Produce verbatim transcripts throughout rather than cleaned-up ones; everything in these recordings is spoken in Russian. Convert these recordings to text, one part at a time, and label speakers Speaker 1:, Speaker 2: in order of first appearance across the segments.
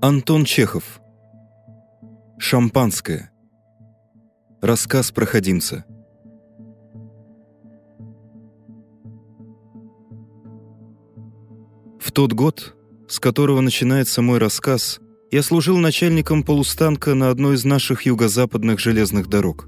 Speaker 1: Антон Чехов. Шампанское. Рассказ проходимца. В тот год, с которого начинается мой рассказ, я служил начальником полустанка на одной из наших юго-западных железных дорог.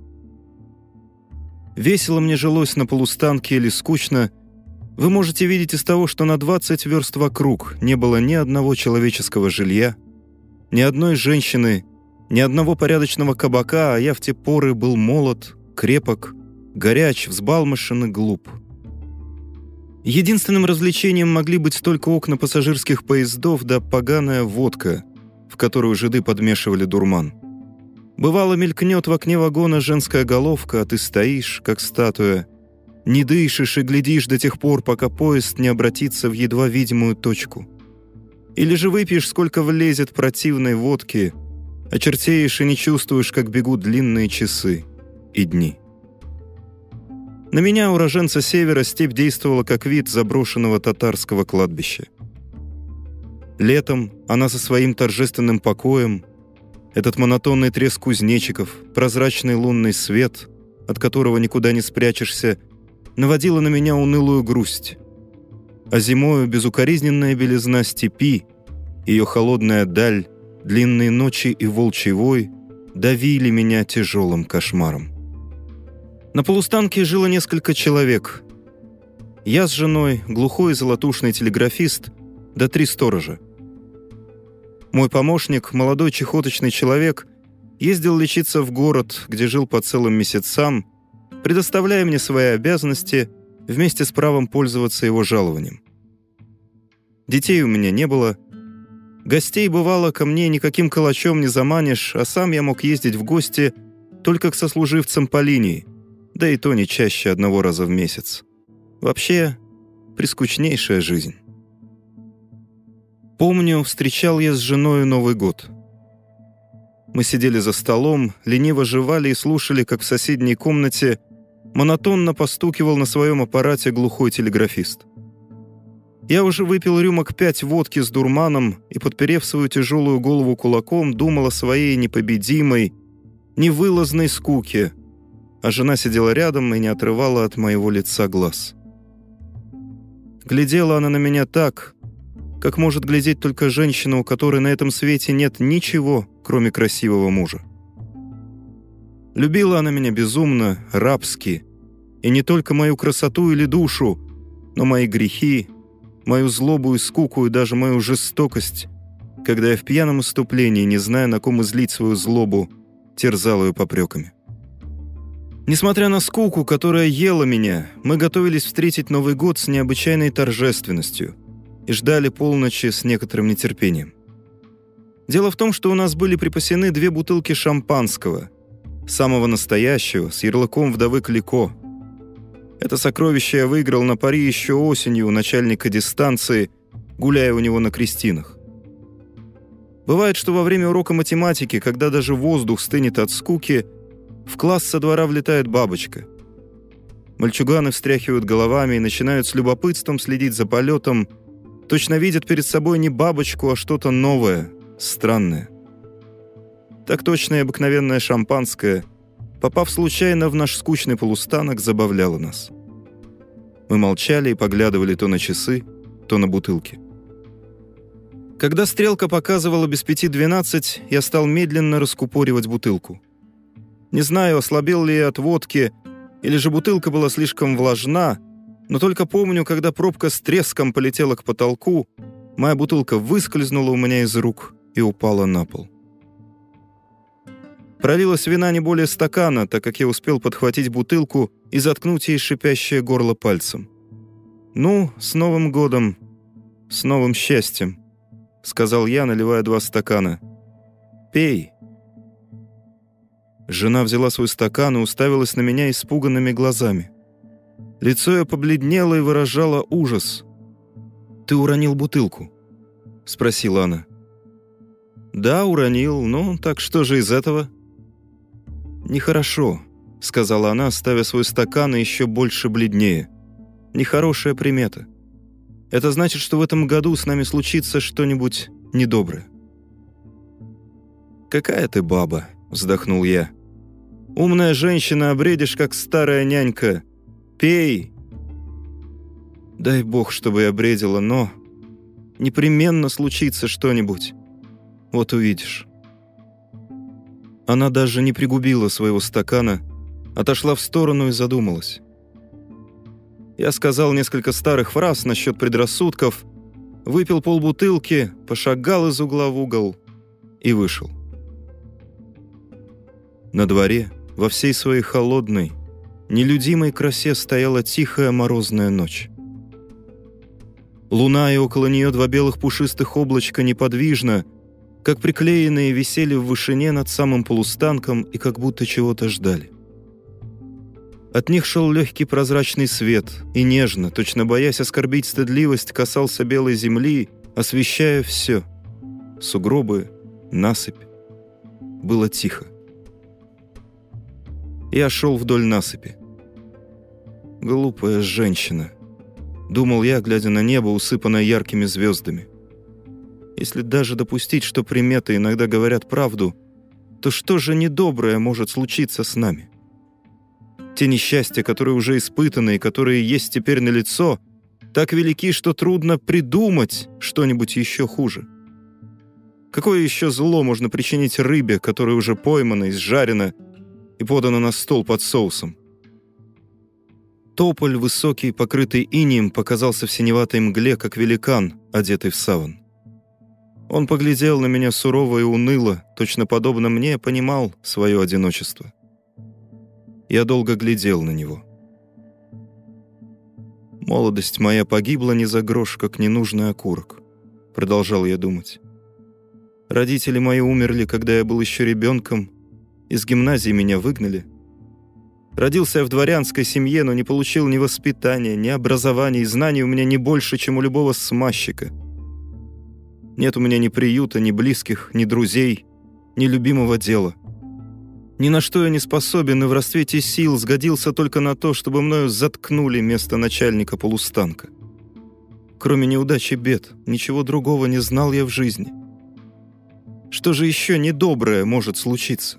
Speaker 1: Весело мне жилось на полустанке или скучно, вы можете видеть из того, что на двадцать верст вокруг не было ни одного человеческого жилья, ни одной женщины, ни одного порядочного кабака, а я в те поры был молод, крепок, горяч, взбалмошен и глуп. Единственным развлечением могли быть только окна пассажирских поездов да поганая водка, в которую жиды подмешивали дурман. Бывало, мелькнет в окне вагона женская головка, а ты стоишь, как статуя, не дышишь и глядишь до тех пор, пока поезд не обратится в едва видимую точку. Или же выпьешь, сколько влезет противной водки, очертеешь и не чувствуешь, как бегут длинные часы и дни. На меня, уроженца севера, степь действовала как вид заброшенного татарского кладбища. Летом она со своим торжественным покоем, этот монотонный треск кузнечиков, прозрачный лунный свет, от которого никуда не спрячешься, наводила на меня унылую грусть. А зимою безукоризненная белизна степи, ее холодная даль, длинные ночи и волчий вой давили меня тяжелым кошмаром. На полустанке жило несколько человек. Я с женой, глухой и золотушный телеграфист, да три сторожа. Мой помощник, молодой чехоточный человек, ездил лечиться в город, где жил по целым месяцам, предоставляя мне свои обязанности вместе с правом пользоваться его жалованием. Детей у меня не было. Гостей, бывало, ко мне никаким калачом не заманишь, а сам я мог ездить в гости только к сослуживцам по линии, да и то не чаще одного раза в месяц. Вообще, прискучнейшая жизнь. Помню, встречал я с женой Новый год. Мы сидели за столом, лениво жевали и слушали, как в соседней комнате монотонно постукивал на своем аппарате глухой телеграфист. Я уже выпил рюмок пять водки с дурманом и, подперев свою тяжелую голову кулаком, думал о своей непобедимой, невылазной скуке, а жена сидела рядом и не отрывала от моего лица глаз. Глядела она на меня так, как может глядеть только женщина, у которой на этом свете нет ничего, кроме красивого мужа. Любила она меня безумно, рабски, и не только мою красоту или душу, но мои грехи, мою злобу и скуку, и даже мою жестокость, когда я в пьяном исступлении, не зная, на ком излить свою злобу, терзал ее попреками. Несмотря на скуку, которая ела меня, мы готовились встретить Новый год с необычайной торжественностью и ждали полночи с некоторым нетерпением. Дело в том, что у нас были припасены две бутылки шампанского, самого настоящего, с ярлыком вдовы Клико. Это сокровище я выиграл на пари еще осенью у начальника дистанции, гуляя у него на крестинах. Бывает, что во время урока математики, когда даже воздух стынет от скуки, в класс со двора влетает бабочка. Мальчуганы встряхивают головами и начинают с любопытством следить за полетом, точно видят перед собой не бабочку, а что-то новое, странное. Так точно и обыкновенное шампанское, попав случайно в наш скучный полустанок, забавляло нас. Мы молчали и поглядывали то на часы, то на бутылки. Когда стрелка показывала без пяти двенадцать, я стал медленно раскупоривать бутылку. Не знаю, ослабел ли я от водки, или же бутылка была слишком влажна, но только помню, когда пробка с треском полетела к потолку, моя бутылка выскользнула у меня из рук и упала на пол. Пролилось вина не более стакана, так как я успел подхватить бутылку и заткнуть ей шипящее горло пальцем. «Ну, с Новым годом, с новым счастьем», — сказал я, наливая два стакана. «Пей». Жена взяла свой стакан и уставилась на меня испуганными глазами. Лицо ее побледнело и выражало ужас. «Ты уронил бутылку?» — спросила она. «Да, уронил, но так что же из этого?» «Нехорошо», — сказала она, ставя свой стакан и еще больше бледнее. «Нехорошая примета. Это значит, что в этом году с нами случится что-нибудь недоброе». «Какая ты баба!» — вздохнул я. «Умная женщина, а бредишь, как старая нянька. Пей!» «Дай бог, чтобы я бредила, но непременно случится что-нибудь. Вот увидишь». Она даже не пригубила своего стакана, отошла в сторону и задумалась. Я сказал несколько старых фраз насчет предрассудков, выпил полбутылки, пошагал из угла в угол и вышел. На дворе, во всей своей холодной, нелюдимой красе стояла тихая морозная ночь. Луна и около нее два белых пушистых облачка неподвижно, как приклеенные, висели в вышине над самым полустанком и как будто чего-то ждали. От них шел легкий прозрачный свет, и нежно, точно боясь оскорбить стыдливость, касался белой земли, освещая все. Сугробы, насыпь. Было тихо. Я шел вдоль насыпи. «Глупая женщина», — думал я, глядя на небо, усыпанное яркими звездами. «Если даже допустить, что приметы иногда говорят правду, то что же недоброе может случиться с нами? Те несчастья, которые уже испытаны и которые есть теперь налицо, так велики, что трудно придумать что-нибудь еще хуже. Какое еще зло можно причинить рыбе, которая уже поймана, изжарена и подана на стол под соусом?» Тополь, высокий, покрытый инеем, показался в синеватой мгле, как великан, одетый в саван. Он поглядел на меня сурово и уныло, точно подобно мне понимал свое одиночество. Я долго глядел на него. «Молодость моя погибла не за грош, как ненужный окурок», — продолжал я думать. «Родители мои умерли, когда я был еще ребенком, из гимназии меня выгнали. Родился я в дворянской семье, но не получил ни воспитания, ни образования, и знаний у меня не больше, чем у любого смазчика. Нет у меня ни приюта, ни близких, ни друзей, ни любимого дела. Ни на что я не способен, и в расцвете сил сгодился только на то, чтобы мною заткнули место начальника полустанка. Кроме неудач и бед, ничего другого не знал я в жизни. Что же еще недоброе может случиться?»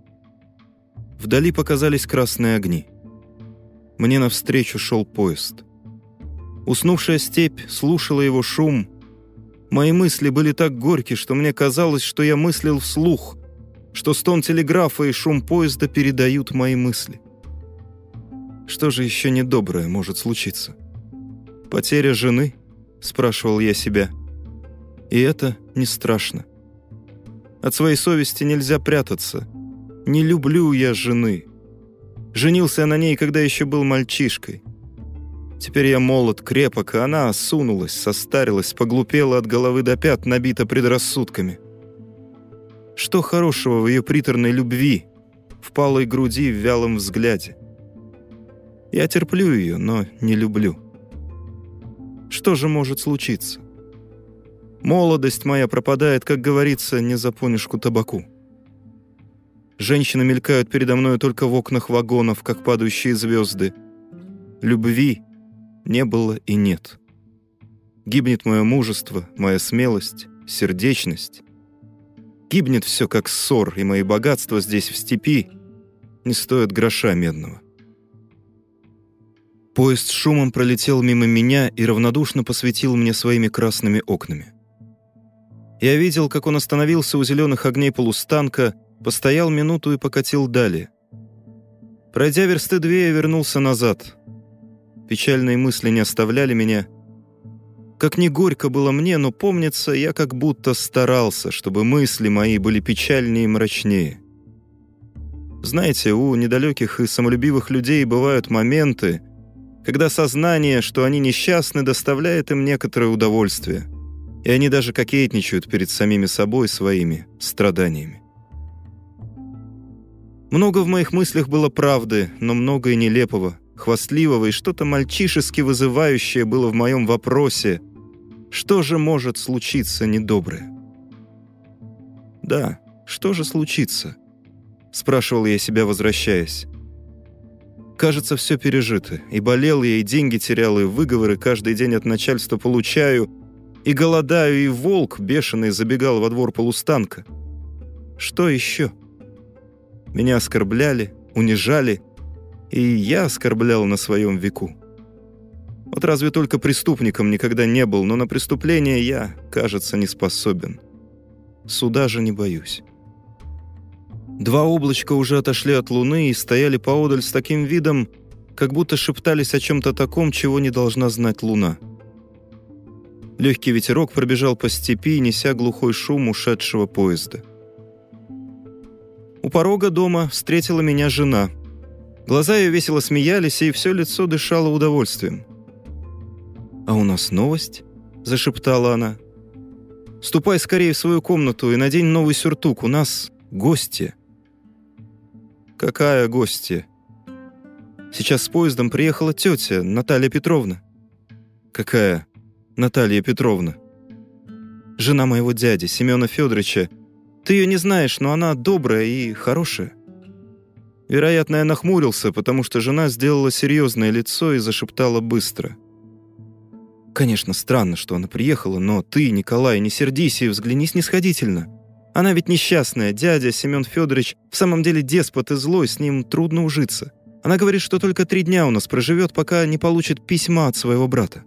Speaker 1: Вдали показались красные огни. Мне навстречу шел поезд. Уснувшая степь слушала его шум. Мои мысли были так горьки, что мне казалось, что я мыслил вслух, что стон телеграфа и шум поезда передают мои мысли. Что же еще недоброе может случиться? «Потеря жены?» — спрашивал я себя. И это не страшно. От своей совести нельзя прятаться. Не люблю я жены. Женился я на ней, когда еще был мальчишкой. Теперь я молод, крепок, а она осунулась, состарилась, поглупела от головы до пят, набита предрассудками. Что хорошего в ее приторной любви, в палой груди, в вялом взгляде? Я терплю ее, но не люблю. Что же может случиться? Молодость моя пропадает, как говорится, не за понюшку табаку. Женщины мелькают передо мною только в окнах вагонов, как падающие звезды. Любви не было и нет. Гибнет мое мужество, моя смелость, сердечность. Гибнет все, как ссор, и мои богатства здесь, в степи, не стоят гроша медного. Поезд с шумом пролетел мимо меня и равнодушно посветил мне своими красными окнами. Я видел, как он остановился у зеленых огней полустанка, постоял минуту и покатил далее. Пройдя версты две, я вернулся назад. Печальные мысли не оставляли меня. Как ни горько было мне, но, помнится, я как будто старался, чтобы мысли мои были печальнее и мрачнее. Знаете, у недалеких и самолюбивых людей бывают моменты, когда сознание, что они несчастны, доставляет им некоторое удовольствие, и они даже кокетничают перед самими собой своими страданиями. Много в моих мыслях было правды, но много и нелепого, хвастливого, и что-то мальчишески вызывающее было в моем вопросе: что же может случиться недоброе? Да, что же случится? Спрашивал я себя, возвращаясь. Кажется, все пережито, и болел я, и деньги терял, и выговоры каждый день от начальства получаю, и голодаю, и волк бешеный забегал во двор полустанка. Что еще? Меня оскорбляли, унижали, и я оскорблял на своем веку. Вот разве только преступником никогда не был, но на преступление я, кажется, не способен. Суда же не боюсь. Два облачка уже отошли от луны и стояли поодаль с таким видом, как будто шептались о чем-то таком, чего не должна знать луна. Легкий ветерок пробежал по степи, неся глухой шум ушедшего поезда. У порога дома встретила меня жена. Глаза ее весело смеялись, и все лицо дышало удовольствием. «А у нас новость?» – зашептала она. «Ступай скорее в свою комнату и надень новый сюртук. У нас гости». «Какая гостья?» «Сейчас с поездом приехала тетя, Наталья Петровна». «Какая Наталья Петровна?» «Жена моего дяди, Семена Федоровича. Ты ее не знаешь, но она добрая и хорошая». Вероятно, я нахмурился, потому что жена сделала серьезное лицо и зашептала быстро. «Конечно, странно, что она приехала, но ты, Николай, не сердись и взгляни снисходительно. Она ведь несчастная, дядя Семен Федорович в самом деле деспот и злой, с ним трудно ужиться. Она говорит, что только три дня у нас проживет, пока не получит письма от своего брата».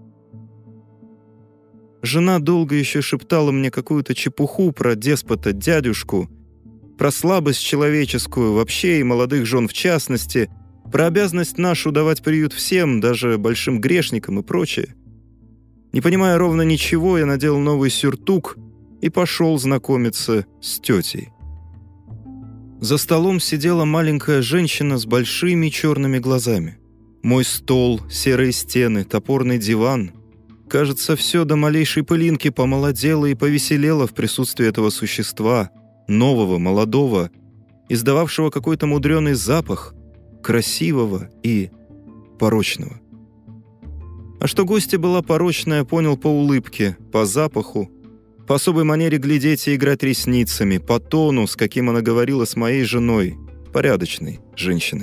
Speaker 1: Жена долго еще шептала мне какую-то чепуху про деспота дядюшку, про слабость человеческую вообще и молодых жен в частности, про обязанность нашу давать приют всем, даже большим грешникам и прочее. Не понимая ровно ничего, я надел новый сюртук и пошел знакомиться с тетей. За столом сидела маленькая женщина с большими черными глазами. Мой стол, серые стены, топорный диван. Кажется, все до малейшей пылинки помолодело и повеселело в присутствии этого существа, нового, молодого, издававшего какой-то мудреный запах, красивого и порочного. А что гостья была порочная, понял по улыбке, по запаху, по особой манере глядеть и играть ресницами, по тону, с каким она говорила с моей женой, порядочной женщиной.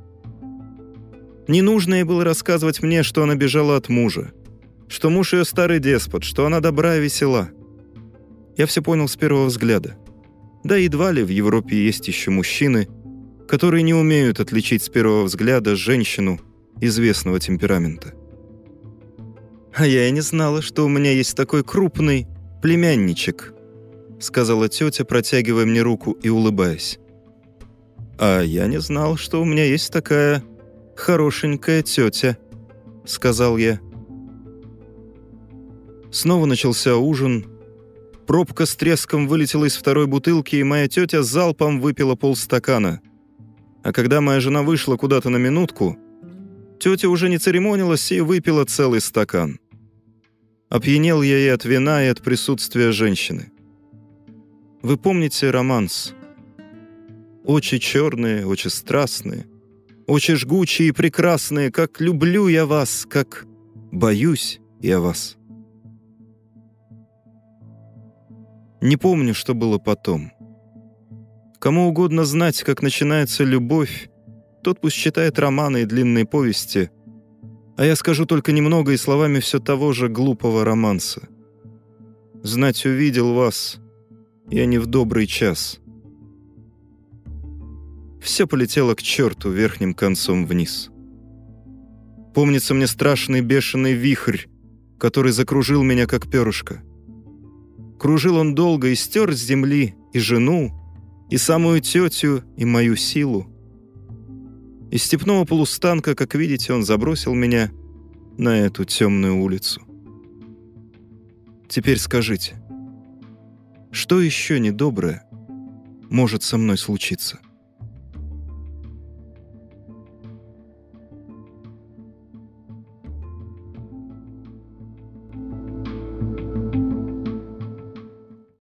Speaker 1: Не нужно ей было рассказывать мне, что она бежала от мужа, что муж ее старый деспот, что она добра и весела. Я все понял с первого взгляда. Да едва ли в Европе есть еще мужчины, которые не умеют отличить с первого взгляда женщину известного темперамента. «А я и не знала, что у меня есть такой крупный племянничек», сказала тетя, протягивая мне руку и улыбаясь. «А я не знал, что у меня есть такая хорошенькая тетя», сказал я. Снова начался ужин. Пробка с треском вылетела из второй бутылки, и моя тетя залпом выпила полстакана. А когда моя жена вышла куда-то на минутку, тетя уже не церемонилась и выпила целый стакан. Опьянел я и от вина, и от присутствия женщины. Вы помните романс? Очи черные, очи страстные, очи жгучие и прекрасные, как люблю я вас, как боюсь я вас. Не помню, что было потом. Кому угодно знать, как начинается любовь, тот пусть читает романы и длинные повести, а я скажу только немного и словами все того же глупого романса. Знать увидел вас я не в добрый час. Все полетело к черту верхним концом вниз. Помнится мне страшный бешеный вихрь, который закружил меня как перышко. Кружил он долго и стер с земли и жену, и самую тетю, и мою силу. Из степного полустанка, как видите, он забросил меня на эту темную улицу. Теперь скажите, что еще недоброе может со мной случиться?